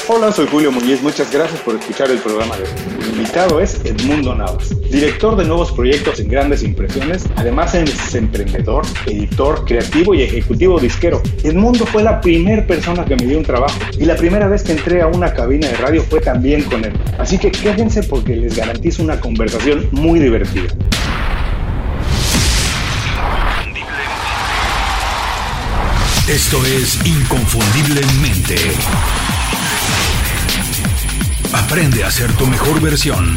Hola, soy Julio Muñiz, muchas gracias por escuchar el programa de hoy. Mi invitado es Edmundo Navas, director de nuevos proyectos en Grandes Impresiones, además es emprendedor, editor, creativo y ejecutivo disquero. Edmundo fue la primera persona que me dio un trabajo y la primera vez que entré a una cabina de radio fue también con él. Así que quédense porque les garantizo una conversación muy divertida. Esto es Inconfundiblemente. Aprende a ser tu mejor versión.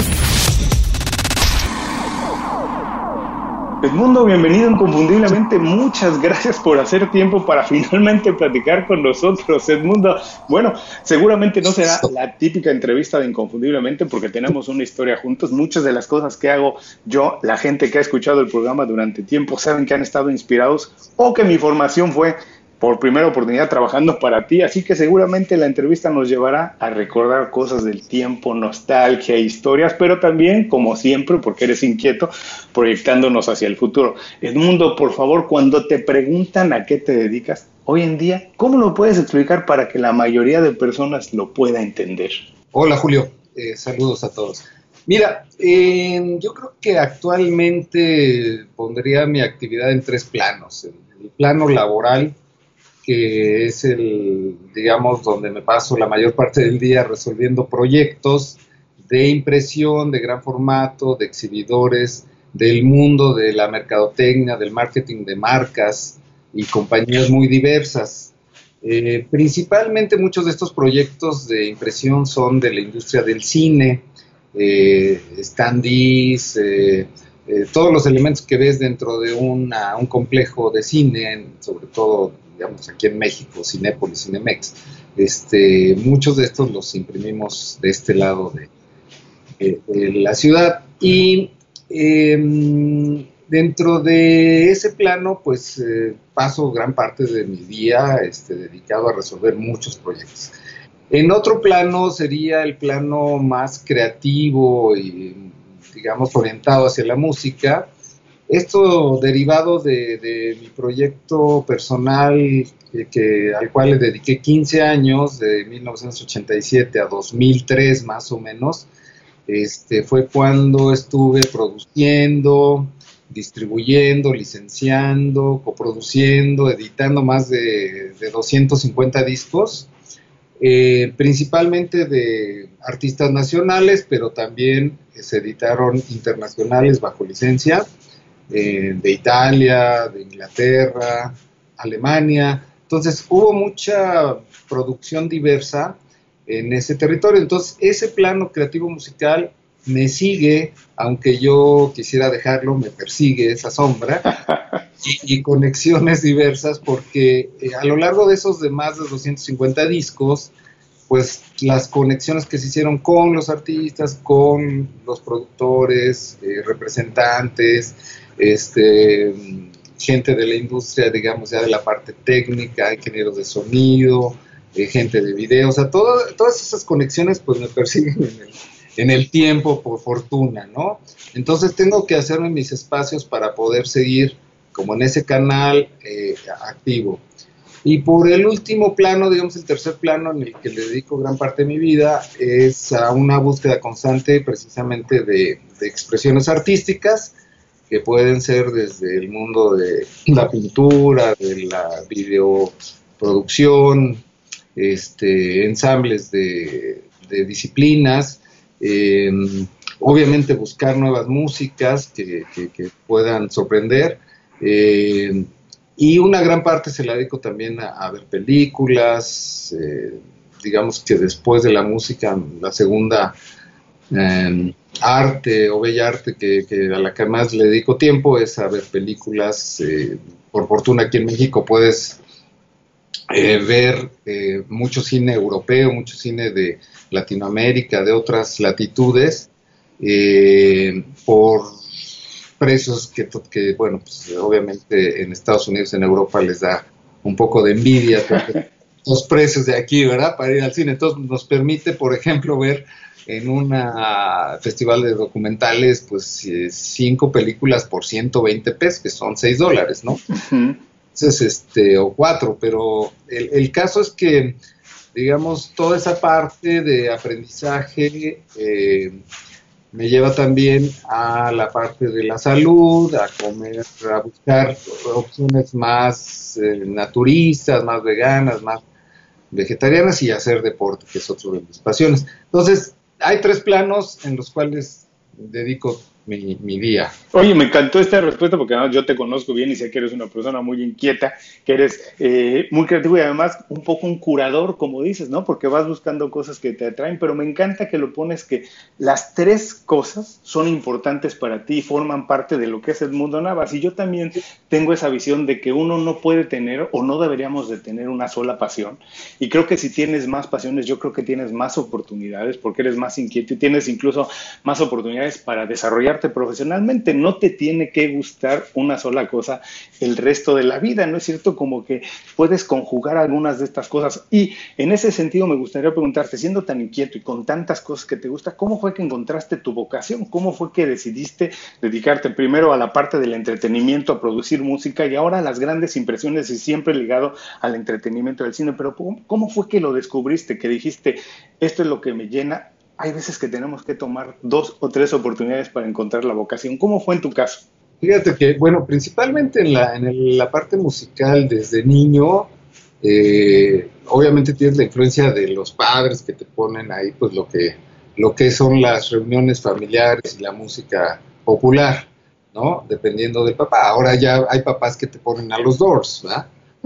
Edmundo, bienvenido Inconfundiblemente. Muchas gracias por hacer tiempo para finalmente platicar con nosotros, Edmundo. Bueno, seguramente no será la típica entrevista de Inconfundiblemente porque tenemos una historia juntos. Muchas de las cosas que hago yo, la gente que ha escuchado el programa durante tiempo, saben que han estado inspirados o que mi formación fue por primera oportunidad trabajando para ti, así que seguramente la entrevista nos llevará a recordar cosas del tiempo, nostalgia, historias, pero también, como siempre, porque eres inquieto, proyectándonos hacia el futuro. Edmundo, por favor, cuando te preguntan a qué te dedicas hoy en día, ¿cómo lo puedes explicar para que la mayoría de personas lo pueda entender? Hola, Julio, saludos a todos. Mira, yo creo que actualmente pondría mi actividad en tres planos. El plano laboral, que es el, digamos, donde me paso la mayor parte del día resolviendo proyectos de impresión, de gran formato, de exhibidores, del mundo de la mercadotecnia, del marketing de marcas y compañías muy diversas. Principalmente muchos de estos proyectos de impresión son de la industria del cine, standees, todos los elementos que ves dentro de un complejo de cine, sobre todo, digamos, aquí en México, Cinépolis, Cinemex. Muchos de estos los imprimimos de este lado de la ciudad. Y dentro de ese plano, pues paso gran parte de mi día dedicado a resolver muchos proyectos. En otro plano sería el plano más creativo y, digamos, orientado hacia la música. Esto derivado de mi proyecto personal al cual le dediqué 15 años, de 1987 a 2003 más o menos. Fue cuando estuve produciendo, distribuyendo, licenciando, coproduciendo, editando más de 250 discos, principalmente de artistas nacionales, pero también se editaron internacionales bajo licencia, de Italia, de Inglaterra, Alemania. Entonces hubo mucha producción diversa en ese territorio. Entonces ese plano creativo musical me sigue, aunque yo quisiera dejarlo, me persigue esa sombra, y conexiones diversas, porque a lo largo de esos de más de 250 discos, pues las conexiones que se hicieron con los artistas, con los productores, representantes, gente de la industria, digamos, ya de la parte técnica, ingenieros de sonido, gente de video, o sea, todas esas conexiones pues me persiguen en el tiempo, por fortuna, ¿no? Entonces tengo que hacerme mis espacios para poder seguir como en ese canal activo. Y por el último plano, digamos el tercer plano en el que le dedico gran parte de mi vida, es a una búsqueda constante precisamente de expresiones artísticas, que pueden ser desde el mundo de la pintura, de la videoproducción, ensambles de disciplinas, obviamente buscar nuevas músicas que puedan sorprender, y una gran parte se la dedico también a ver películas, digamos que después de la música, la segunda arte o bella arte que a la que más le dedico tiempo es a ver películas. Por fortuna aquí en México puedes ver mucho cine europeo, mucho cine de Latinoamérica, de otras latitudes, por precios que bueno, pues obviamente en Estados Unidos, en Europa les da un poco de envidia los precios de aquí, ¿verdad? Para ir al cine. Entonces nos permite, por ejemplo, ver en un festival de documentales, pues 5 películas por 120 pesos, que son $6, ¿no? Uh-huh. Entonces, o 4, pero el caso es que digamos, toda esa parte de aprendizaje me lleva también a la parte de la salud, a comer, a buscar opciones más naturistas, más veganas, más vegetarianas y hacer deporte, que es otro de mis pasiones. Entonces, hay 3 planos en los cuales dedico mi día. Oye, me encantó esta respuesta porque además yo te conozco bien y sé que eres una persona muy inquieta, que eres muy creativo y además un poco un curador, como dices, ¿no? Porque vas buscando cosas que te atraen, pero me encanta que lo pones que las 3 cosas son importantes para ti y forman parte de lo que es Edmundo Navas. Y yo también tengo esa visión de que uno no puede tener o no deberíamos de tener una sola pasión. Y creo que si tienes más pasiones, yo creo que tienes más oportunidades porque eres más inquieto y tienes incluso más oportunidades para desarrollarte profesionalmente. No te tiene que gustar una sola cosa el resto de la vida, ¿no es cierto? Como que puedes conjugar algunas de estas cosas. Y en ese sentido me gustaría preguntarte, siendo tan inquieto y con tantas cosas que te gusta, ¿cómo fue que encontraste tu vocación? ¿Cómo fue que decidiste dedicarte primero a la parte del entretenimiento, a producir música y ahora a las grandes impresiones y siempre ligado al entretenimiento del cine? Pero ¿cómo fue que lo descubriste, que dijiste, esto es lo que me llena? Hay veces que tenemos que tomar 2 o 3 oportunidades para encontrar la vocación. ¿Cómo fue en tu caso? Fíjate que, bueno, principalmente en la parte musical desde niño, obviamente tienes la influencia de los padres que te ponen ahí, pues lo que son las reuniones familiares y la música popular, ¿no? Dependiendo del papá. Ahora ya hay papás que te ponen a los Doors, ¿verdad?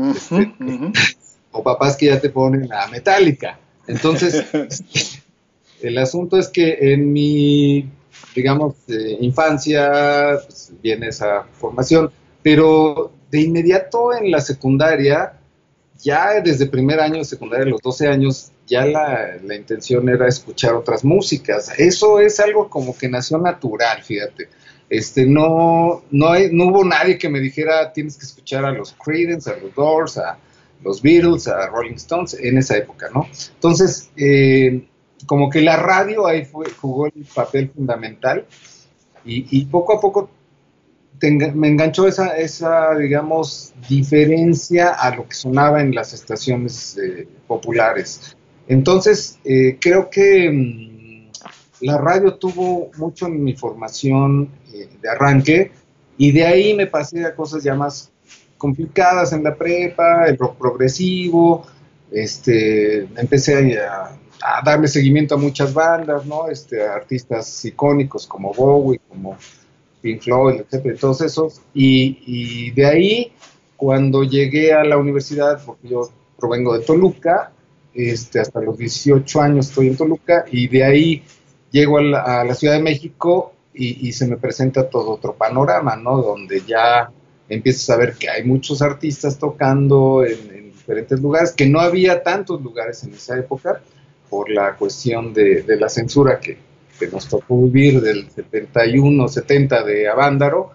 O papás que ya te ponen a Metallica. Entonces, el asunto es que en mi, digamos, infancia pues, viene esa formación, pero de inmediato en la secundaria, ya desde primer año de secundaria, a los 12 años, ya la intención era escuchar otras músicas. Eso es algo como que nació natural, fíjate. No hubo nadie que me dijera tienes que escuchar a los Creedence, a los Doors, a los Beatles, a Rolling Stones, en esa época, ¿no? Entonces, como que la radio ahí jugó el papel fundamental y poco a poco me enganchó esa, digamos, diferencia a lo que sonaba en las estaciones populares. Entonces, creo que la radio tuvo mucho en mi formación de arranque y de ahí me pasé a cosas ya más complicadas en la prepa, el rock progresivo, empecé a darle seguimiento a muchas bandas, ¿no? Artistas icónicos como Bowie, como Pink Floyd, etcétera, todos esos. Y de ahí, cuando llegué a la universidad, porque yo provengo de Toluca, hasta los 18 años estoy en Toluca, y de ahí llego a la Ciudad de México y se me presenta todo otro panorama, ¿no? Donde ya empiezas a ver que hay muchos artistas tocando en diferentes lugares, que no había tantos lugares en esa época, por la cuestión de la censura que nos tocó vivir del 71, 70 de Avándaro,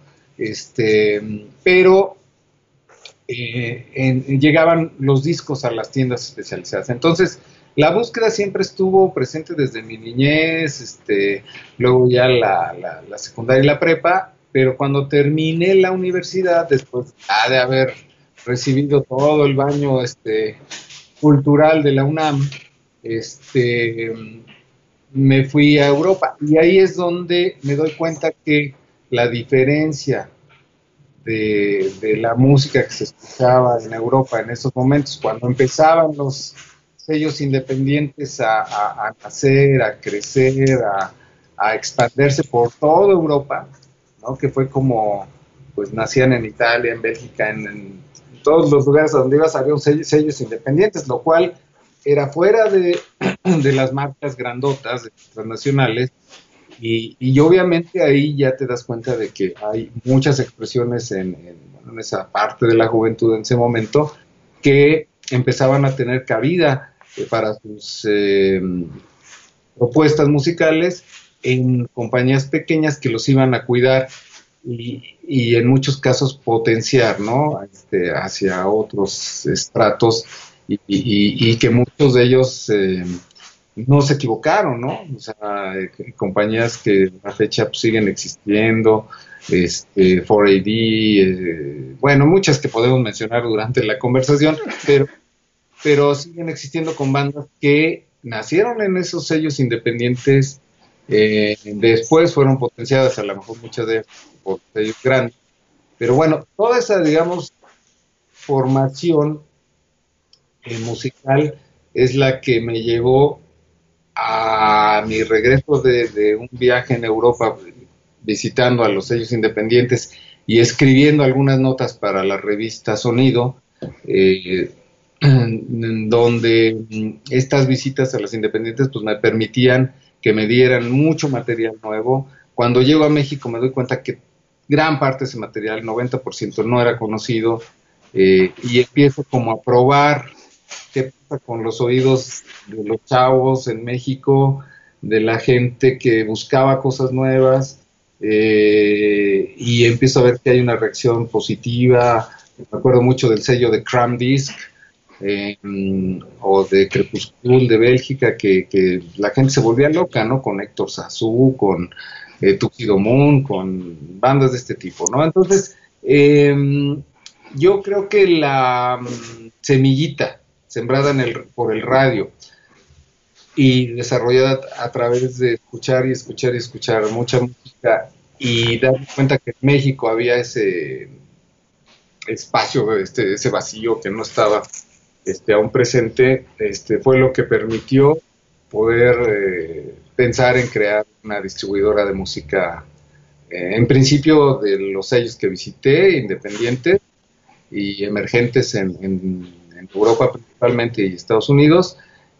pero llegaban los discos a las tiendas especializadas. Entonces, la búsqueda siempre estuvo presente desde mi niñez, luego ya la secundaria y la prepa, pero cuando terminé la universidad, después de haber recibido todo el baño cultural de la UNAM, me fui a Europa y ahí es donde me doy cuenta que la diferencia de la música que se escuchaba en Europa en esos momentos, cuando empezaban los sellos independientes a nacer, a crecer, a expandirse por toda Europa, ¿no? Que fue como, pues nacían en Italia, en Bélgica, en todos los lugares a donde ibas había sellos independientes, lo cual era fuera de las marcas grandotas, internacionales, y obviamente ahí ya te das cuenta de que hay muchas expresiones en esa parte de la juventud en ese momento que empezaban a tener cabida para sus propuestas musicales en compañías pequeñas que los iban a cuidar y en muchos casos potenciar, ¿no? Hacia otros estratos y que muchos de ellos no se equivocaron, ¿no? O sea, compañías que a la fecha pues, siguen existiendo, 4AD, bueno, muchas que podemos mencionar durante la conversación, pero pero siguen existiendo con bandas que nacieron en esos sellos independientes, después fueron potenciadas, a lo mejor muchas de ellas por sellos grandes, pero bueno, toda esa, digamos, formación musical es la que me llevó a mi regreso de un viaje en Europa, visitando a los sellos independientes y escribiendo algunas notas para la revista Sonido, donde estas visitas a los independientes pues me permitían que me dieran mucho material nuevo. Cuando llego a México me doy cuenta que gran parte de ese material, 90%, no era conocido, y empiezo como a probar qué pasa con los oídos de los chavos en México, de la gente que buscaba cosas nuevas, y empiezo a ver que hay una reacción positiva. Me acuerdo mucho del sello de Cram Disc, o de Crepuscule de Bélgica, que la gente se volvía loca, ¿no? Con Héctor Sazú, con Tuxedo Moon, con bandas de este tipo, ¿no? Entonces, yo creo que la semillita sembrada por el radio y desarrollada a través de escuchar y escuchar y escuchar mucha música y darme cuenta que en México había ese espacio, ese vacío que no estaba aún presente, fue lo que permitió poder pensar en crear una distribuidora de música, en principio de los sellos que visité, independientes y emergentes en Europa principalmente y Estados Unidos,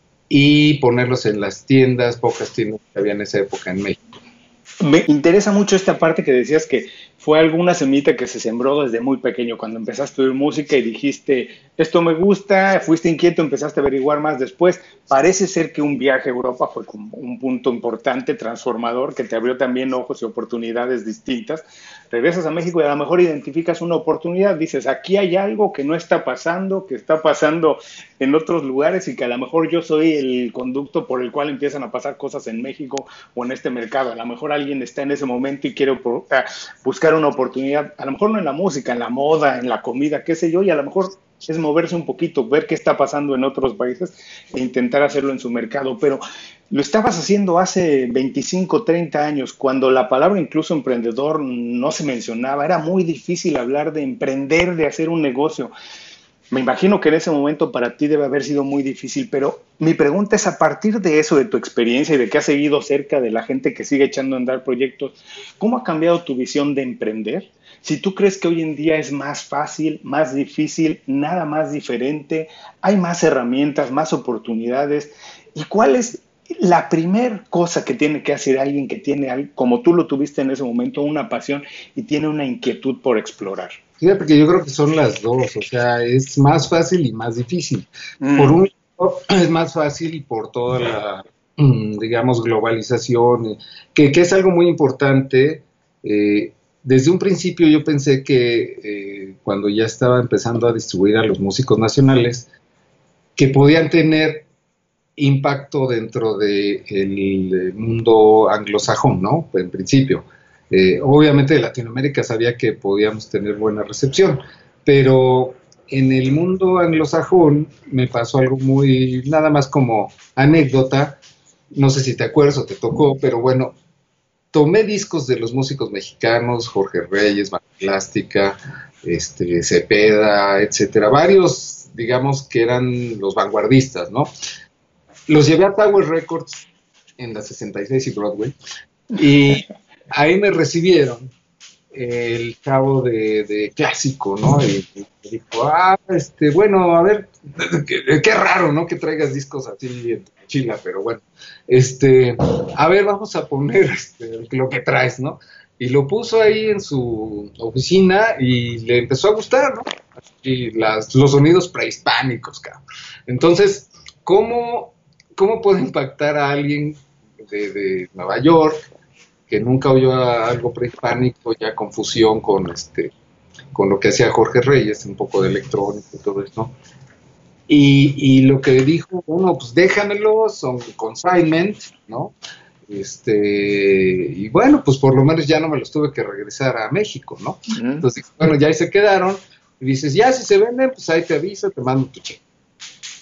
y ponerlos en las tiendas, pocas tiendas que había en esa época en México. Me interesa mucho esta parte que decías que fue alguna semillita que se sembró desde muy pequeño, cuando empezaste a oír música y dijiste, esto me gusta, fuiste inquieto, empezaste a averiguar más después. Parece ser que un viaje a Europa fue como un punto importante, transformador, que te abrió también ojos y oportunidades distintas. Regresas a México y a lo mejor identificas una oportunidad, dices, aquí hay algo que no está pasando, que está pasando en otros lugares y que a lo mejor yo soy el conducto por el cual empiezan a pasar cosas en México o en este mercado. A lo mejor alguien está en ese momento y quiere buscar una oportunidad, a lo mejor no en la música, en la moda, en la comida, qué sé yo, y a lo mejor es moverse un poquito, ver qué está pasando en otros países e intentar hacerlo en su mercado. Pero lo estabas haciendo hace 25, 30 años, cuando la palabra incluso emprendedor no se mencionaba, era muy difícil hablar de emprender, de hacer un negocio. Me imagino que en ese momento para ti debe haber sido muy difícil, pero mi pregunta es, a partir de eso, de tu experiencia y de que has seguido cerca de la gente que sigue echando a andar proyectos, ¿cómo ha cambiado tu visión de emprender? Si tú crees que hoy en día es más fácil, más difícil, nada más diferente, hay más herramientas, más oportunidades, ¿y cuál es la primer cosa que tiene que hacer alguien que tiene, como tú lo tuviste en ese momento, una pasión y tiene una inquietud por explorar? Fíjate que yo creo que son las dos, o sea, es más fácil y más difícil. Por un lado, es más fácil por toda la, digamos, globalización, que es algo muy importante. Desde un principio yo pensé que cuando ya estaba empezando a distribuir a los músicos nacionales, que podían tener impacto dentro del mundo anglosajón, ¿no? En principio. Obviamente de Latinoamérica sabía que podíamos tener buena recepción, pero en el mundo anglosajón me pasó algo muy, nada más como anécdota, no sé si te acuerdas o te tocó, pero bueno, tomé discos de los músicos mexicanos, Jorge Reyes, Banda Plástica, Cepeda, etcétera, varios, digamos, que eran los vanguardistas, ¿no? Los llevé a Tower Records en la 66 y Broadway, y ahí me recibieron el chavo de clásico, ¿no? Y dijo, bueno, a ver, qué raro, ¿no? Que traigas discos así en mochila, pero bueno, a ver, vamos a poner lo que traes, ¿no? Y lo puso ahí en su oficina y le empezó a gustar, ¿no? Y los sonidos prehispánicos, cabrón. Entonces, ¿cómo puede impactar a alguien de Nueva York que nunca oyó algo prehispánico, ya con fusión con lo que hacía Jorge Reyes, un poco de electrónico y todo esto? Y lo que dijo, bueno, pues déjamelo, son consignment, ¿no? Y bueno, pues por lo menos ya no me los tuve que regresar a México, ¿no? Entonces, bueno, ya ahí se quedaron, y dices, ya si se venden, pues ahí te aviso, te mando tu cheque.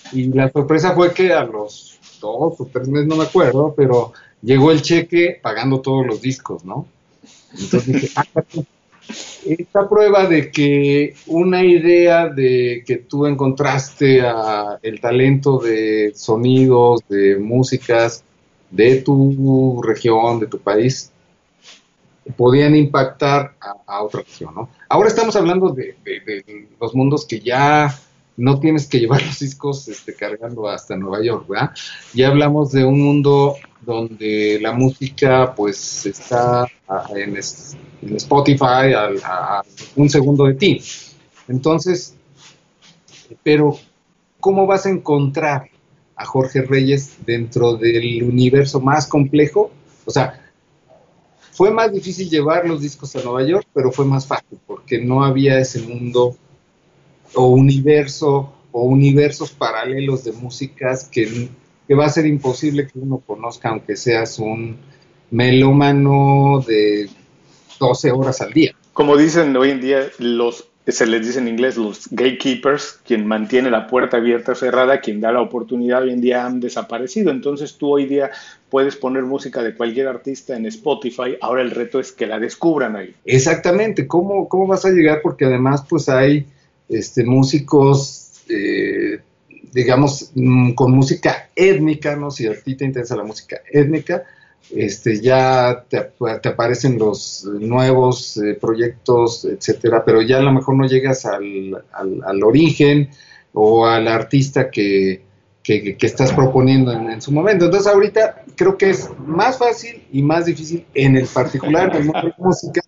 Y la sorpresa fue que a los 2 o 3 meses, no me acuerdo, pero llegó el cheque pagando todos los discos, ¿no? Entonces dije, esta prueba de que una idea de que tú encontraste el talento de sonidos, de músicas de tu región, de tu país, podían impactar a otra región, ¿no? Ahora estamos hablando de los mundos que ya no tienes que llevar los discos cargando hasta Nueva York, ¿verdad? Ya hablamos de un mundo donde la música pues está en Spotify a un segundo de ti. Entonces, pero ¿cómo vas a encontrar a Jorge Reyes dentro del universo más complejo? O sea, fue más difícil llevar los discos a Nueva York, pero fue más fácil porque no había ese mundo o universo o universos paralelos de músicas que va a ser imposible que uno conozca, aunque seas un melómano de 12 horas al día. Como dicen hoy en día, se les dice en inglés los gatekeepers, quien mantiene la puerta abierta o cerrada, quien da la oportunidad, hoy en día han desaparecido. Entonces tú hoy día puedes poner música de cualquier artista en Spotify, ahora el reto es que la descubran ahí. Exactamente, ¿cómo vas a llegar? Porque además pues hay músicos, digamos, con música étnica, ¿no? Si a ti te interesa la música étnica, ya te aparecen los nuevos proyectos, etcétera, pero ya a lo mejor no llegas al origen o al artista que estás proponiendo en su momento. Entonces ahorita creo que es más fácil y más difícil en el particular del mundo de la música,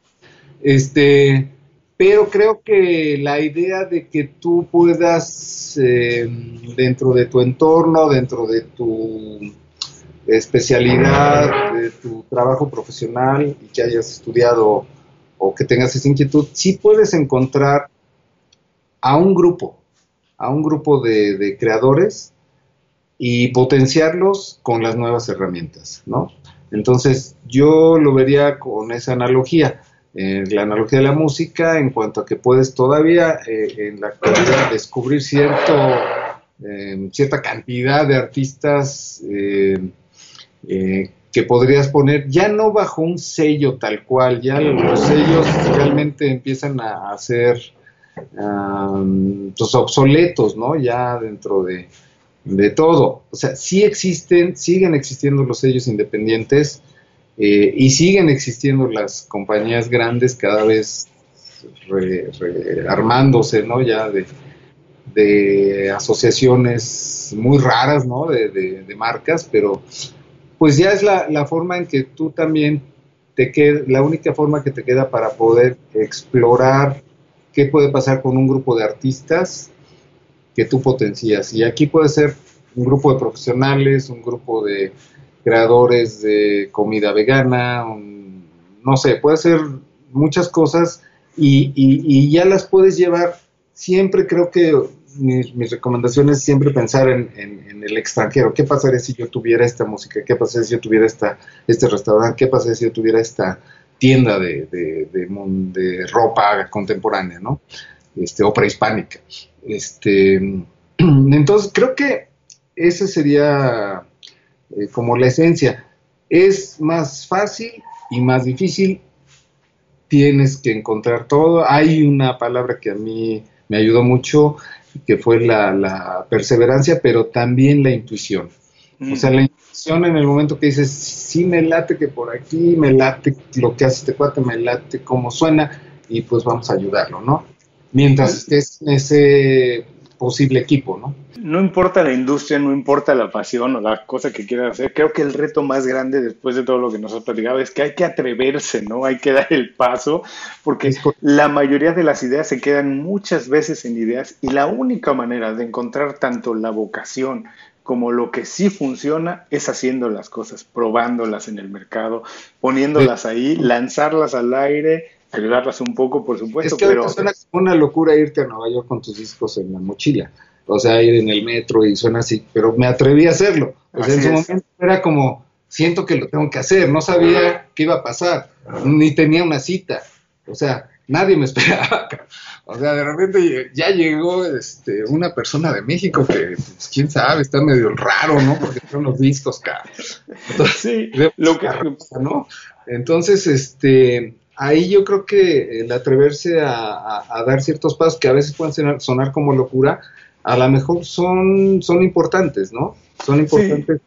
pero creo que la idea de que tú puedas, dentro de tu entorno, dentro de tu especialidad, de tu trabajo profesional y que hayas estudiado o que tengas esa inquietud, sí puedes encontrar a un grupo de creadores y potenciarlos con las nuevas herramientas, ¿no? Entonces yo lo vería con esa analogía. La analogía de la música en cuanto a que puedes todavía en la actualidad descubrir cierta cantidad de artistas que podrías poner ya no bajo un sello tal cual, ya los sellos realmente empiezan a ser pues obsoletos, ¿no? Ya dentro de todo, o sea, siguen existiendo los sellos independientes. Y siguen existiendo las compañías grandes cada vez armándose, ¿no? Ya de asociaciones muy raras, ¿no? De marcas, pero pues ya es la forma en que tú también la única forma que te queda para poder explorar qué puede pasar con un grupo de artistas que tú potencias. Y aquí puede ser un grupo de profesionales, un grupo de creadores de comida vegana, no sé, puede ser muchas cosas y ya las puedes llevar. Siempre creo que mis recomendaciones es siempre pensar en el extranjero. ¿Qué pasaría si yo tuviera esta música? ¿Qué pasaría si yo tuviera este restaurante? ¿Qué pasaría si yo tuviera esta tienda de ropa contemporánea, ¿no? O prehispánica. Entonces creo que ese sería como la esencia. Es más fácil y más difícil, tienes que encontrar todo. Hay una palabra que a mí me ayudó mucho, que fue la perseverancia, pero también la intuición. O sea, la intuición en el momento que dices, sí me late que por aquí, me late lo que hace este cuate, me late cómo suena, y pues vamos a ayudarlo, ¿no? Mientras estés en ese posible equipo, ¿no? No importa la industria, no importa la pasión o la cosa que quieras hacer. Creo que el reto más grande después de todo lo que nos has platicado es que hay que atreverse, ¿no? Hay que dar el paso, porque la mayoría de las ideas se quedan muchas veces en ideas y la única manera de encontrar tanto la vocación como lo que sí funciona es haciendo las cosas, probándolas en el mercado, poniéndolas ahí, lanzarlas al aire, ayudarlas un poco, por supuesto. Es que pero suena como una locura irte a Nueva York con tus discos en la mochila. O sea, ir en el metro y suena así, pero me atreví a hacerlo. O sea, en su momento era como, siento que lo tengo que hacer, no sabía qué iba a pasar, ni tenía una cita. O sea, nadie me esperaba. O sea, de repente ya llegó una persona de México que, pues, quién sabe, está medio raro, ¿no? Porque son los discos, entonces, Sí, ¿no? Entonces, ahí yo creo que el atreverse a dar ciertos pasos que a veces pueden sonar como locura, a lo mejor son importantes, ¿no? Son importantes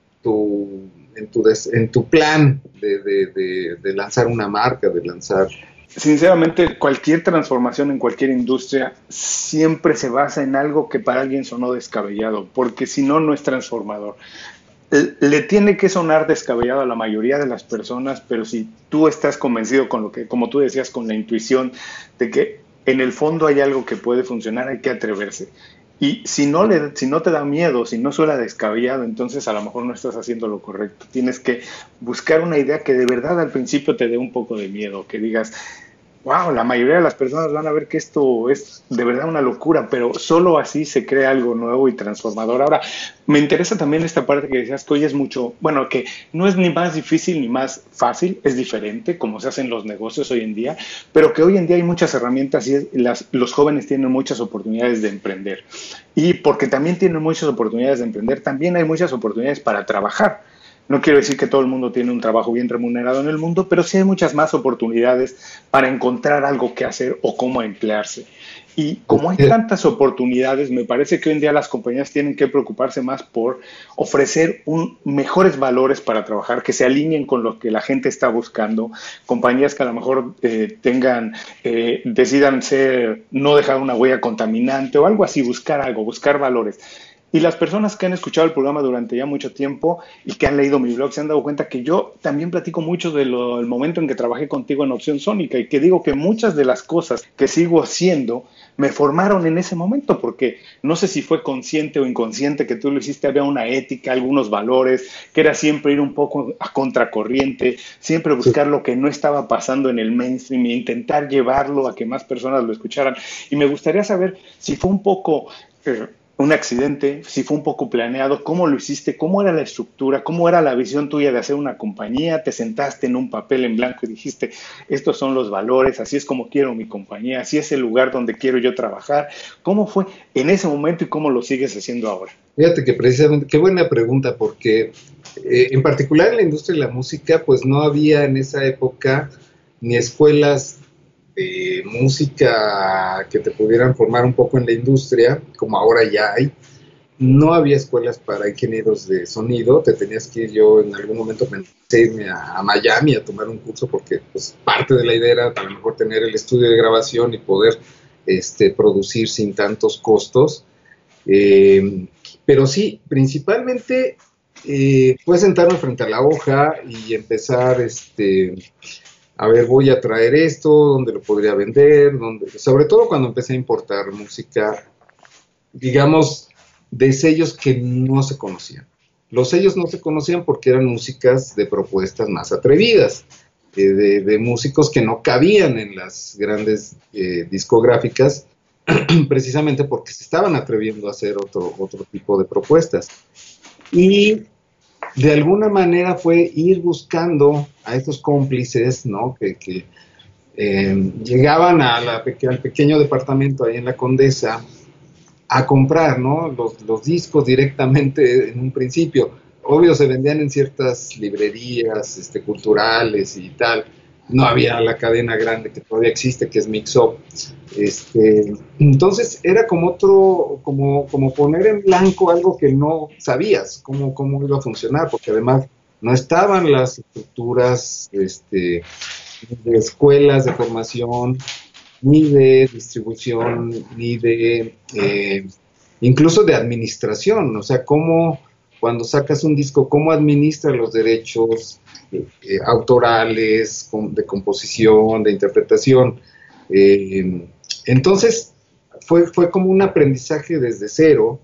en tu plan de lanzar una marca, de lanzar... Sinceramente, cualquier transformación en cualquier industria siempre se basa en algo que para alguien sonó descabellado, porque si no, no es transformador. Le tiene que sonar descabellado a la mayoría de las personas, pero si tú estás convencido con lo que, como tú decías, con la intuición de que en el fondo hay algo que puede funcionar, hay que atreverse. Y si no te da miedo, si no suena descabellado, entonces a lo mejor no estás haciendo lo correcto. Tienes que buscar una idea que de verdad al principio te dé un poco de miedo, que digas, wow, la mayoría de las personas van a ver que esto es de verdad una locura, pero solo así se crea algo nuevo y transformador. Ahora, me interesa también esta parte que decías que hoy es mucho, bueno, que no es ni más difícil ni más fácil, es diferente como se hacen los negocios hoy en día, pero que hoy en día hay muchas herramientas y los jóvenes tienen muchas oportunidades de emprender. Y porque también tienen muchas oportunidades de emprender, también hay muchas oportunidades para trabajar. No quiero decir que todo el mundo tiene un trabajo bien remunerado en el mundo, pero sí hay muchas más oportunidades para encontrar algo que hacer o cómo emplearse. Y como hay tantas oportunidades, me parece que hoy en día las compañías tienen que preocuparse más por ofrecer mejores valores para trabajar, que se alineen con lo que la gente está buscando. Compañías que a lo mejor decidan no dejar una huella contaminante o algo así, buscar valores. Y las personas que han escuchado el programa durante ya mucho tiempo y que han leído mi blog se han dado cuenta que yo también platico mucho del momento en que trabajé contigo en Opción Sónica y que digo que muchas de las cosas que sigo haciendo me formaron en ese momento, porque no sé si fue consciente o inconsciente que tú lo hiciste, había una ética, algunos valores, que era siempre ir un poco a contracorriente, siempre buscar lo que no estaba pasando en el mainstream e intentar llevarlo a que más personas lo escucharan. Y me gustaría saber si fue un poco... un accidente, si fue un poco planeado, cómo lo hiciste, cómo era la estructura, cómo era la visión tuya de hacer una compañía, te sentaste en un papel en blanco y dijiste, estos son los valores, así es como quiero mi compañía, así es el lugar donde quiero yo trabajar. ¿Cómo fue en ese momento y cómo lo sigues haciendo ahora? Fíjate que precisamente, qué buena pregunta, porque en particular en la industria de la música, pues no había en esa época ni escuelas de música que te pudieran formar un poco en la industria, como ahora ya hay. No había escuelas para ingenieros de sonido, te tenías que ir, yo en algún momento pensé irme a Miami a tomar un curso porque pues parte de la idea era a lo mejor tener el estudio de grabación y poder producir sin tantos costos. Pero sí, principalmente fue sentarme frente a la hoja y empezar a ver, voy a traer esto, dónde lo podría vender, sobre todo cuando empecé a importar música, digamos, de sellos que no se conocían. Los sellos no se conocían porque eran músicas de propuestas más atrevidas, de músicos que no cabían en las grandes discográficas, precisamente porque se estaban atreviendo a hacer otro tipo de propuestas. Y de alguna manera fue ir buscando a estos cómplices, ¿no? que llegaban al pequeño departamento ahí en la Condesa a comprar, ¿no? los discos directamente en un principio. Obvio, se vendían en ciertas librerías culturales y tal. No había la cadena grande que todavía existe, que es Mix Up. Entonces era como como poner en blanco algo que no sabías cómo iba a funcionar, porque además no estaban las estructuras de escuelas de formación, ni de distribución, ni de incluso de administración. O sea, cuando sacas un disco, cómo administra los derechos autorales, de composición, de interpretación. Entonces, fue como un aprendizaje desde cero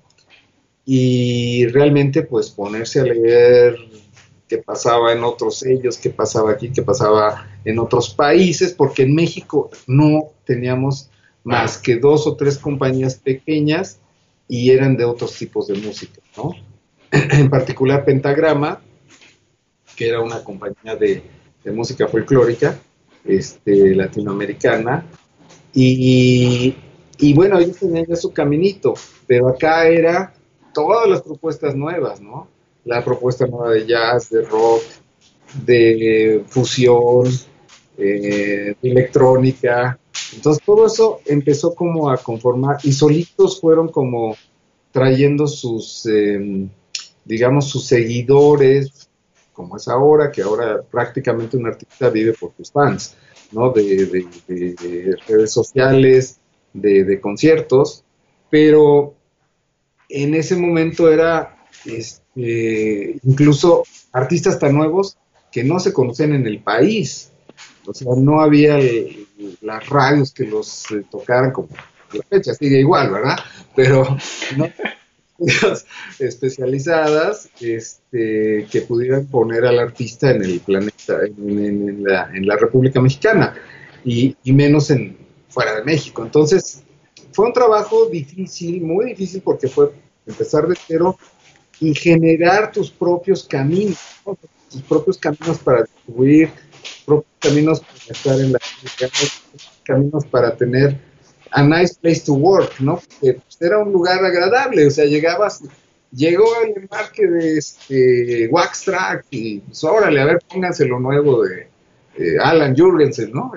y realmente pues ponerse a leer qué pasaba en otros sellos, qué pasaba aquí, qué pasaba en otros países, porque en México no teníamos más que 2 o 3 compañías pequeñas y eran de otros tipos de música, ¿no? En particular Pentagrama, que era una compañía de música folclórica latinoamericana, Y, y bueno, ellos tenían ya su caminito, pero acá era todas las propuestas nuevas, ¿no? La propuesta nueva de jazz, de rock, de fusión, de electrónica. Entonces todo eso empezó como a conformar y solitos fueron como trayendo sus, digamos, sus seguidores, como es ahora, que ahora prácticamente un artista vive por sus fans, ¿no? De redes sociales, de conciertos, pero en ese momento era incluso artistas tan nuevos que no se conocían en el país. O sea, no había las radios que los tocaran como la fecha, sigue igual, ¿verdad? Pero no especializadas que pudieran poner al artista en el planeta, en la República Mexicana, y menos fuera de México. Entonces, fue un trabajo difícil, muy difícil, porque fue empezar de cero y generar tus propios caminos, ¿no? Tus propios caminos para distribuir, propios caminos para estar en la caminos para tener a nice place to work, ¿no? Porque pues, era un lugar agradable, o sea, llegó el embarque de Wax Track y pues órale, a ver, pónganse lo nuevo de Alan Jurgensen, ¿no?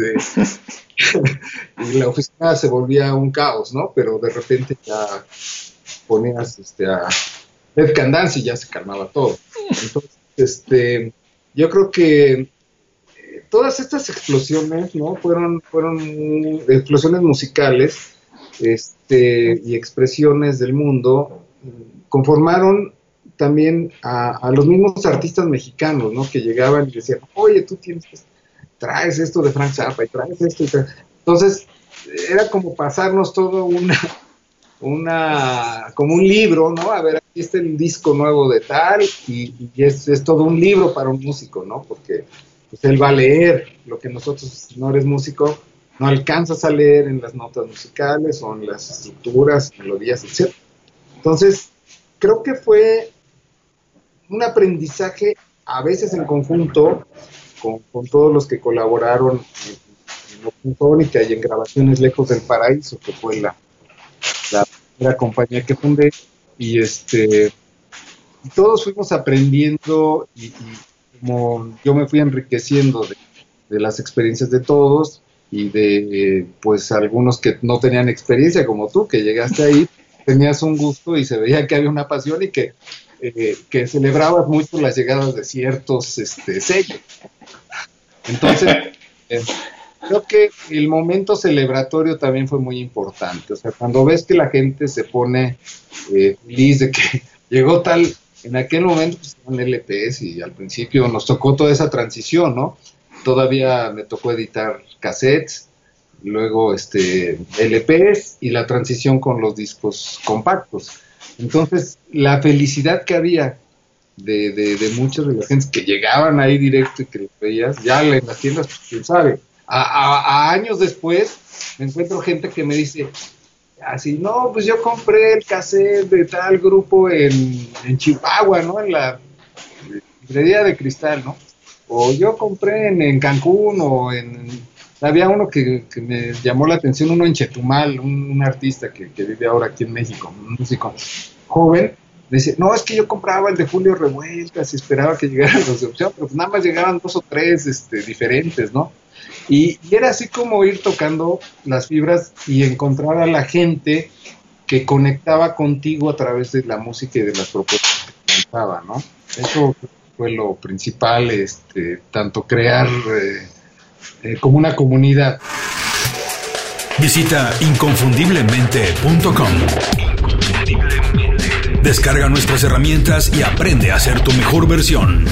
Y la oficina se volvía un caos, ¿no? Pero de repente ya ponías a Dead Can Dance y ya se calmaba todo. Entonces, yo creo que todas estas explosiones, ¿no? Fueron explosiones musicales, y expresiones del mundo, conformaron también a los mismos artistas mexicanos, ¿no? Que llegaban y decían, oye, tú traes esto de Frank Zappa y traes esto. Entonces, era como pasarnos todo como un libro, ¿no? A ver, aquí está el disco nuevo de tal, y es todo un libro para un músico, ¿no? Porque pues él va a leer lo que nosotros, si no eres músico, no alcanzas a leer en las notas musicales o en las estructuras, melodías, etc. Entonces, creo que fue un aprendizaje, a veces en conjunto, con todos los que colaboraron en Opintónica y en Grabaciones Lejos del Paraíso, que fue la primera compañía que fundé, y todos fuimos aprendiendo y como yo me fui enriqueciendo de las experiencias de todos y de pues algunos que no tenían experiencia como tú, que llegaste ahí, tenías un gusto y se veía que había una pasión y que celebrabas mucho las llegadas de ciertos sellos. Entonces, creo que el momento celebratorio también fue muy importante. O sea, cuando ves que la gente se pone feliz de que llegó tal. En aquel momento pues, estaban LPs y al principio nos tocó toda esa transición, ¿no? Todavía me tocó editar cassettes, luego LPs y la transición con los discos compactos. Entonces, la felicidad que había de muchas de las gentes que llegaban ahí directo y que los veías, ya en las tiendas, pues, quién sabe. A años después me encuentro gente que me dice, así, no, pues yo compré el cassette de tal grupo en Chihuahua, ¿no? En la librería de Cristal, ¿no? O yo compré en Cancún había uno que me llamó la atención, uno en Chetumal, un artista que vive ahora aquí en México, un músico joven, me dice, no, es que yo compraba el de Julio Revueltas y esperaba que llegaran los de opción, pero nada más llegaban 2 o 3 diferentes, ¿no? Y era así como ir tocando las fibras y encontrar a la gente que conectaba contigo a través de la música y de las propuestas que contaba, ¿no? Eso fue lo principal, tanto crear como una comunidad. Visita inconfundiblemente.com. Descarga nuestras herramientas y aprende a ser tu mejor versión.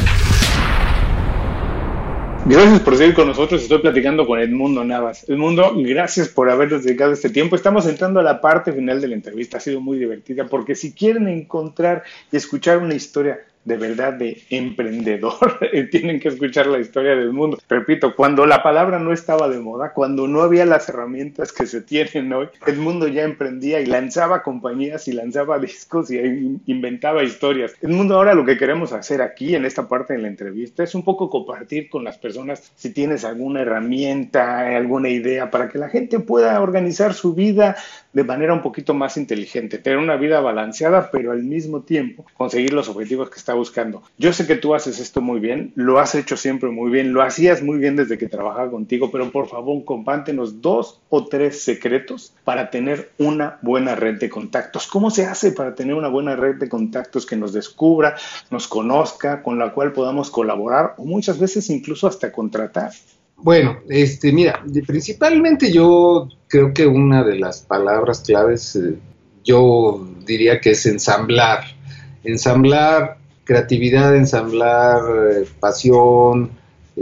Gracias por seguir con nosotros. Estoy platicando con Edmundo Navas. Edmundo, gracias por habernos dedicado este tiempo. Estamos entrando a la parte final de la entrevista. Ha sido muy divertida porque si quieren encontrar y escuchar una historia de verdad de emprendedor, tienen que escuchar la historia de Edmundo. Repito, cuando la palabra no estaba de moda, cuando no había las herramientas que se tienen hoy, Edmundo ya emprendía y lanzaba compañías y lanzaba discos y inventaba historias. Edmundo, ahora lo que queremos hacer aquí en esta parte de la entrevista es un poco compartir con las personas si tienes alguna herramienta, alguna idea para que la gente pueda organizar su vida de manera un poquito más inteligente, tener una vida balanceada, pero al mismo tiempo conseguir los objetivos que está buscando. Yo sé que tú haces esto muy bien, lo has hecho siempre muy bien, lo hacías muy bien desde que trabajaba contigo, pero por favor compártenos 2 o 3 secretos para tener una buena red de contactos. ¿Cómo se hace para tener una buena red de contactos que nos descubra, nos conozca, con la cual podamos colaborar o muchas veces incluso hasta contratar? Bueno, mira, principalmente yo creo que una de las palabras claves, yo diría que es ensamblar. Ensamblar creatividad, ensamblar pasión.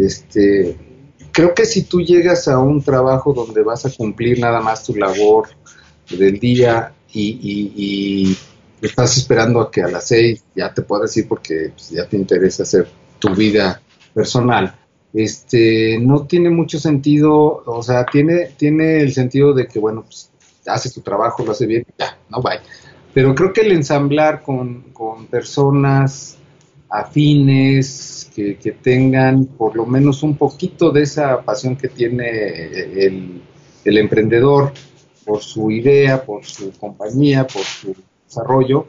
Creo que si tú llegas a un trabajo donde vas a cumplir nada más tu labor del día y estás esperando a que a las 6 ya te puedas ir porque pues, ya te interesa hacer tu vida personal, no tiene mucho sentido, o sea, tiene el sentido de que, bueno, pues hace tu trabajo, lo hace bien, ya, no bye. Pero creo que el ensamblar con personas afines, que tengan por lo menos un poquito de esa pasión que tiene el emprendedor por su idea, por su compañía, por su desarrollo,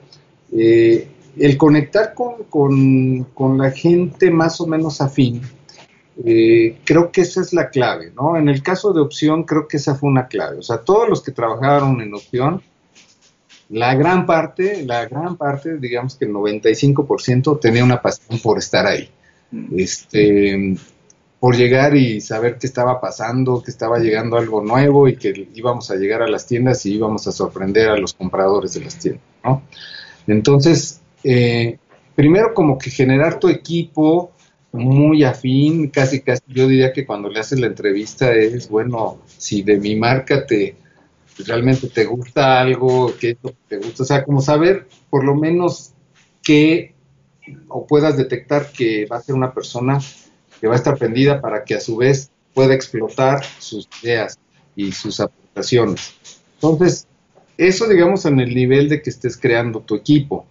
el conectar con la gente más o menos afín, creo que esa es la clave, ¿no? En el caso de Opción, creo que esa fue una clave. O sea, todos los que trabajaron en Opción, la gran parte, digamos que el 95% tenía una pasión por estar ahí. Por llegar y saber qué estaba pasando, que estaba llegando algo nuevo y que íbamos a llegar a las tiendas y íbamos a sorprender a los compradores de las tiendas, ¿no? Entonces, primero como que generar tu equipo muy afín, casi yo diría que cuando le haces la entrevista es, bueno, si de mi marca realmente te gusta algo, qué es lo que te gusta, o sea, como saber por lo menos qué, o puedas detectar que va a ser una persona que va a estar prendida para que a su vez pueda explotar sus ideas y sus aportaciones. Entonces, eso digamos en el nivel de que estés creando tu equipo.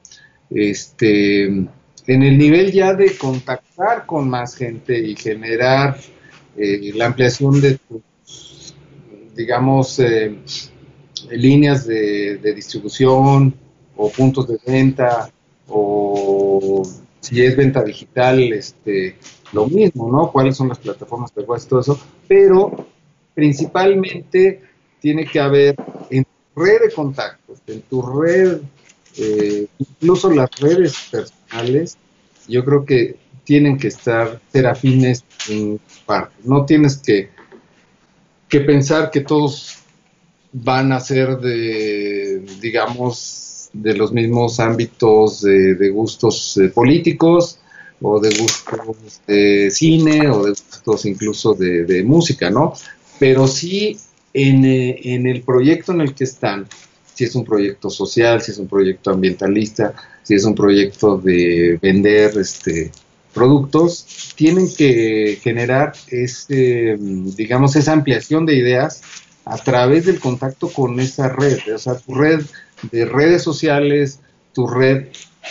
En el nivel ya de contactar con más gente y generar la ampliación de tus, digamos, líneas de distribución o puntos de venta, o si es venta digital, lo mismo, ¿no? ¿Cuáles son las plataformas de web, todo eso? Pero principalmente tiene que haber en tu red de contactos, en tu red, incluso las redes personales, yo creo que tienen que ser afines en parte. No tienes que pensar que todos van a ser digamos, de los mismos ámbitos de gustos políticos, o de gustos de cine, o de gustos incluso de música, ¿no? Pero sí en el proyecto en el que están, si es un proyecto social, si es un proyecto ambientalista, si es un proyecto de vender productos, tienen que generar digamos, esa ampliación de ideas a través del contacto con esa red, o sea, tu red de redes sociales, tu red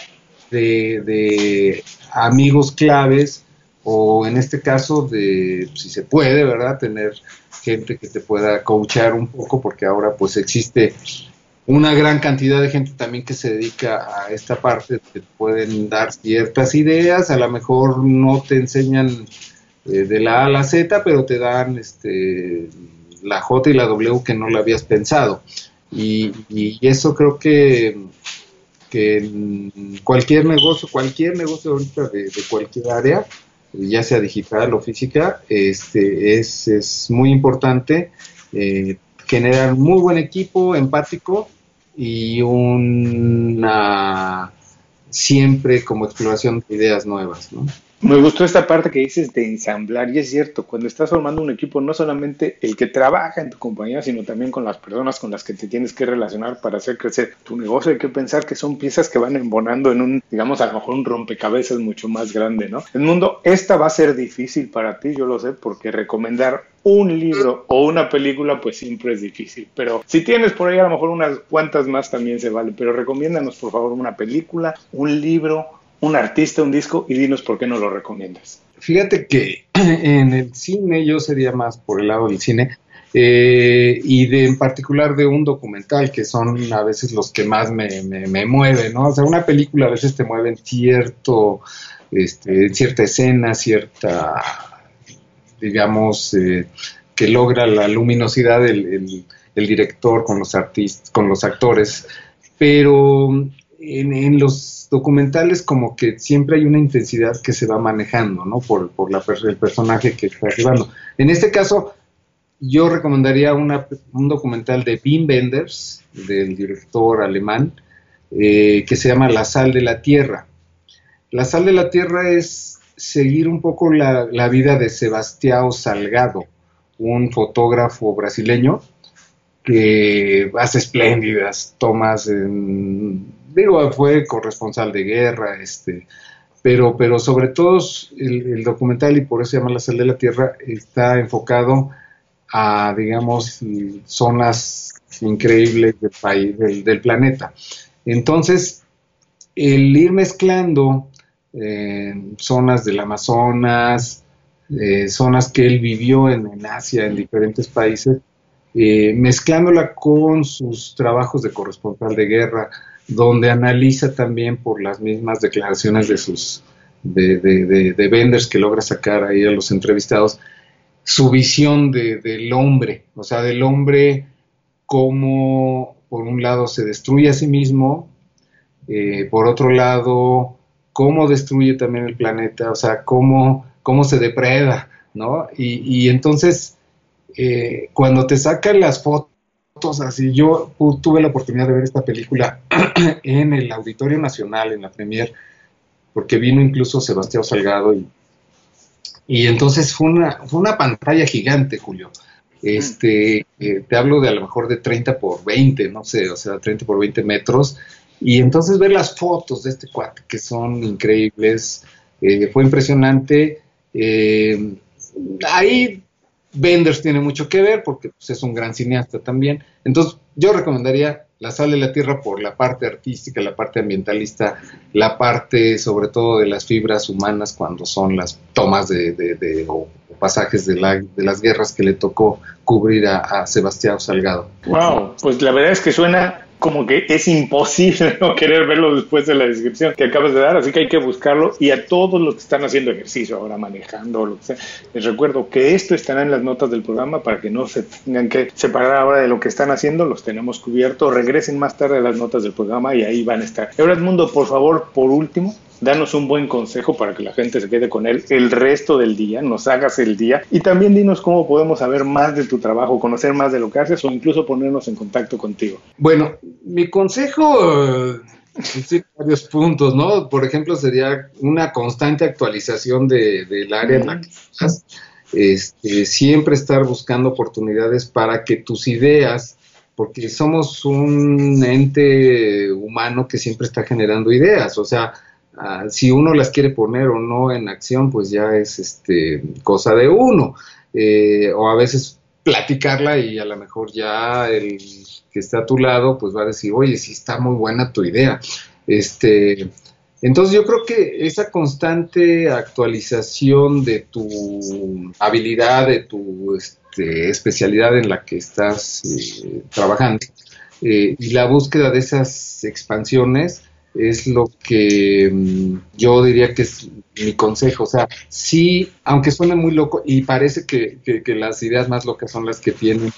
de amigos claves, o en este caso si se puede, ¿verdad?, tener gente que te pueda coachar un poco, porque ahora pues existe una gran cantidad de gente también que se dedica a esta parte, que te pueden dar ciertas ideas, a lo mejor no te enseñan de la A a la Z, pero te dan la J y la W que no la habías pensado. Y eso creo que en cualquier negocio ahorita de cualquier área, ya sea digital o física, es muy importante generar un muy buen equipo empático y una siempre como exploración de ideas nuevas, ¿no? Me gustó esta parte que dices de ensamblar, y es cierto, cuando estás formando un equipo, no solamente el que trabaja en tu compañía, sino también con las personas con las que te tienes que relacionar para hacer crecer tu negocio. Hay que pensar que son piezas que van embonando en un, digamos, a lo mejor un rompecabezas mucho más grande, ¿no? Edmundo, esta va a ser difícil para ti, yo lo sé, porque recomendar un libro o una película, pues siempre es difícil. Pero si tienes por ahí a lo mejor unas cuantas más, también se vale. Pero recomiéndanos, por favor, una película, un libro, un artista, un disco, y dinos por qué no lo recomiendas. Fíjate que en el cine yo sería más por el lado del cine, en particular de un documental, que son a veces los que más me mueven, ¿no? O sea, una película a veces te mueve en cierta escena, digamos, que logra la luminosidad el director con los artistas, con los actores, pero en los documentales como que siempre hay una intensidad que se va manejando, ¿no? Por el personaje que está llevando. En este caso, yo recomendaría un documental de Wim Wenders, del director alemán, que se llama La sal de la tierra. La sal de la tierra es seguir un poco la vida de Sebastião Salgado, un fotógrafo brasileño que hace espléndidas tomas fue corresponsal de guerra, pero sobre todo el documental, y por eso se llama La sal de la tierra, está enfocado a, digamos, zonas increíbles del país, del planeta. Entonces, el ir mezclando zonas del Amazonas, zonas que él vivió en Asia, en diferentes países, mezclándola con sus trabajos de corresponsal de guerra, donde analiza también por las mismas declaraciones de Wenders que logra sacar ahí a los entrevistados, su visión del hombre, o sea, del hombre como por un lado se destruye a sí mismo, por otro lado cómo destruye también el planeta, o sea, cómo se depreda, ¿no? Y entonces cuando te sacan las fotos así, yo tuve la oportunidad de ver esta película en el Auditorio Nacional, en la premier, porque vino incluso Sebastião Salgado y entonces fue una pantalla gigante, Julio. Te hablo de a lo mejor de 30 por 20, no sé, o sea, 30 por 20 metros, y entonces ver las fotos de este cuate que son increíbles, fue impresionante. Ahí Wenders tiene mucho que ver porque pues, es un gran cineasta también. Entonces yo recomendaría La sal de la tierra por la parte artística, la parte ambientalista, la parte sobre todo de las fibras humanas cuando son las tomas o pasajes de las guerras que le tocó cubrir a Sebastião Salgado. Wow, pues la verdad es que suena como que es imposible no querer verlo después de la descripción que acabas de dar, así que hay que buscarlo. Y a todos los que están haciendo ejercicio ahora, manejando, lo que sea, les recuerdo que esto estará en las notas del programa para que no se tengan que separar ahora de lo que están haciendo, los tenemos cubiertos. Regresen más tarde a las notas del programa y ahí van a estar. Ahora, Edmundo, por favor, por último, danos un buen consejo para que la gente se quede con él el resto del día, nos hagas el día, y también dinos cómo podemos saber más de tu trabajo, conocer más de lo que haces o incluso ponernos en contacto contigo. Bueno, mi consejo, sí, varios puntos, ¿no? Por ejemplo, sería una constante actualización del área en la que estás, siempre estar buscando oportunidades para que tus ideas, porque somos un ente humano que siempre está generando ideas, o sea, si uno las quiere poner o no en acción, pues ya es cosa de uno, o a veces platicarla y a lo mejor ya el que está a tu lado pues va a decir, oye, sí está muy buena tu idea. Entonces yo creo que esa constante actualización de tu habilidad, de tu especialidad en la que estás trabajando, y la búsqueda de esas expansiones es lo que yo diría que es mi consejo. O sea, sí, aunque suene muy loco y parece que las ideas más locas son las que tienen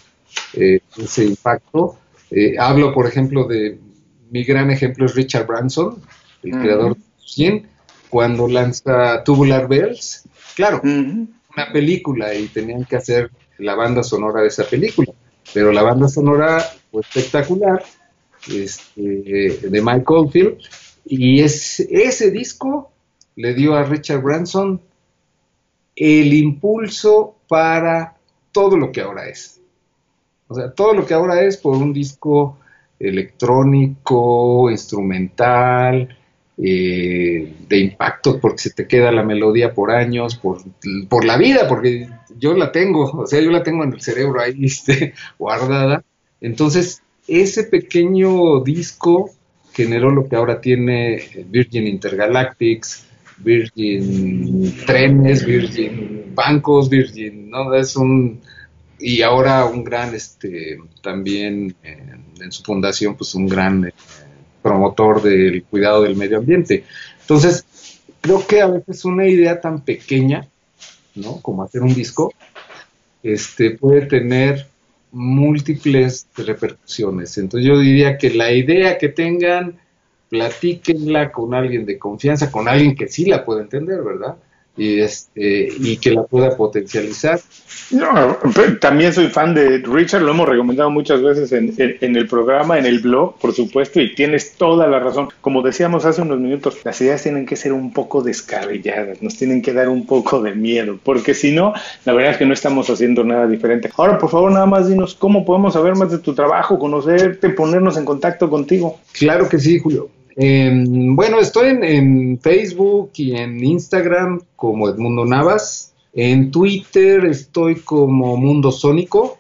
ese impacto. Hablo, por ejemplo, mi gran ejemplo es Richard Branson, el creador de 100, cuando lanza Tubular Bells. Claro, una película y tenían que hacer la banda sonora de esa película, pero la banda sonora fue espectacular, de Mike Oldfield, Y ese disco le dio a Richard Branson el impulso para todo lo que ahora es. O sea, todo lo que ahora es por un disco electrónico, instrumental, de impacto, porque se te queda la melodía por años, por la vida, porque yo la tengo en el cerebro ahí guardada. Entonces, ese pequeño disco generó lo que ahora tiene Virgin Intergalactics, Virgin Trenes, Virgin Bancos, Virgin, ¿no? Y ahora un gran, también en su fundación, pues un gran promotor del cuidado del medio ambiente. Entonces, creo que a veces una idea tan pequeña, ¿no? Como hacer un disco, puede tener múltiples repercusiones. Entonces yo diría que la idea que tengan, platíquenla con alguien de confianza, con alguien que sí la pueda entender, ¿verdad? Y que la pueda potencializar. No, también soy fan de Richard, lo hemos recomendado muchas veces en el programa, en el blog, por supuesto, y tienes toda la razón. Como decíamos hace unos minutos, las ideas tienen que ser un poco descabelladas, nos tienen que dar un poco de miedo, porque si no, la verdad es que no estamos haciendo nada diferente. Ahora, por favor, nada más dinos cómo podemos saber más de tu trabajo, conocerte, ponernos en contacto contigo. Claro que sí, Julio. Bueno, estoy en Facebook y en Instagram como Edmundo Navas. En Twitter estoy como Mundo Sónico.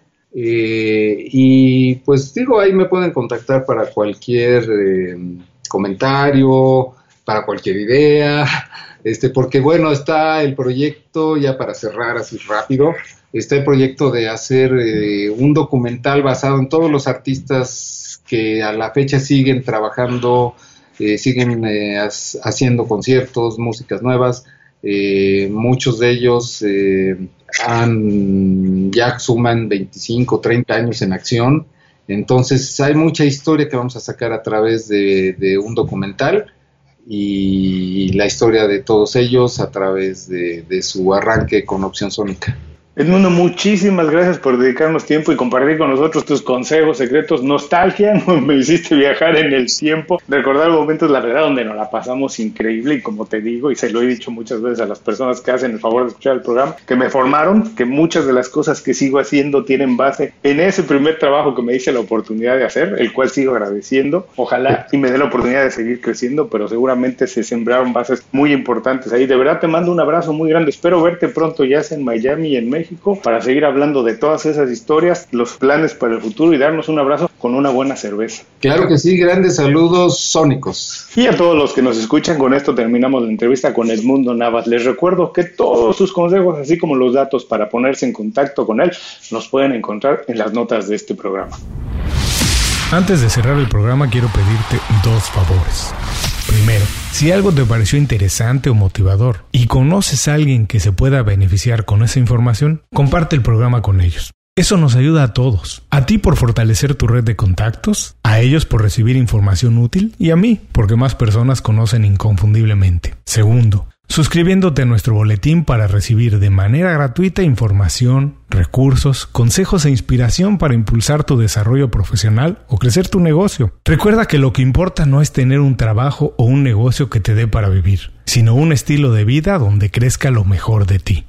Y pues digo, ahí me pueden contactar para cualquier comentario, para cualquier idea. Porque bueno, está el proyecto, ya para cerrar así rápido, está el proyecto de hacer un documental basado en todos los artistas que a la fecha siguen trabajando, siguen haciendo conciertos, músicas nuevas. Muchos de ellos ya suman 25, 30 años en acción. Entonces hay mucha historia que vamos a sacar a través de un documental, y la historia de todos ellos a través de su arranque con Opción Sónica. Edmundo, muchísimas gracias por dedicarnos tiempo y compartir con nosotros tus consejos, secretos, nostalgia. Me hiciste viajar en el tiempo, recordar momentos, la verdad, donde nos la pasamos increíble. Y como te digo, y se lo he dicho muchas veces a las personas que hacen el favor de escuchar el programa, que me formaron, que muchas de las cosas que sigo haciendo tienen base en ese primer trabajo que me hice la oportunidad de hacer, el cual sigo agradeciendo. Ojalá y me dé la oportunidad de seguir creciendo, pero seguramente se sembraron bases muy importantes ahí. De verdad te mando un abrazo muy grande. Espero verte pronto ya sea en Miami y en México, para seguir hablando de todas esas historias, los planes para el futuro, y darnos un abrazo con una buena cerveza. Claro que sí, grandes saludos sónicos. Y a todos los que nos escuchan, con esto terminamos la entrevista con Edmundo Navas. Les recuerdo que todos sus consejos, así como los datos para ponerse en contacto con él, los pueden encontrar en las notas de este programa. Antes de cerrar el programa, quiero pedirte 2 favores. Primero, si algo te pareció interesante o motivador y conoces a alguien que se pueda beneficiar con esa información, comparte el programa con ellos. Eso nos ayuda a todos. A ti por fortalecer tu red de contactos, a ellos por recibir información útil y a mí porque más personas conocen inconfundiblemente. Segundo, suscribiéndote a nuestro boletín para recibir de manera gratuita información, recursos, consejos e inspiración para impulsar tu desarrollo profesional o crecer tu negocio. Recuerda que lo que importa no es tener un trabajo o un negocio que te dé para vivir, sino un estilo de vida donde crezca lo mejor de ti.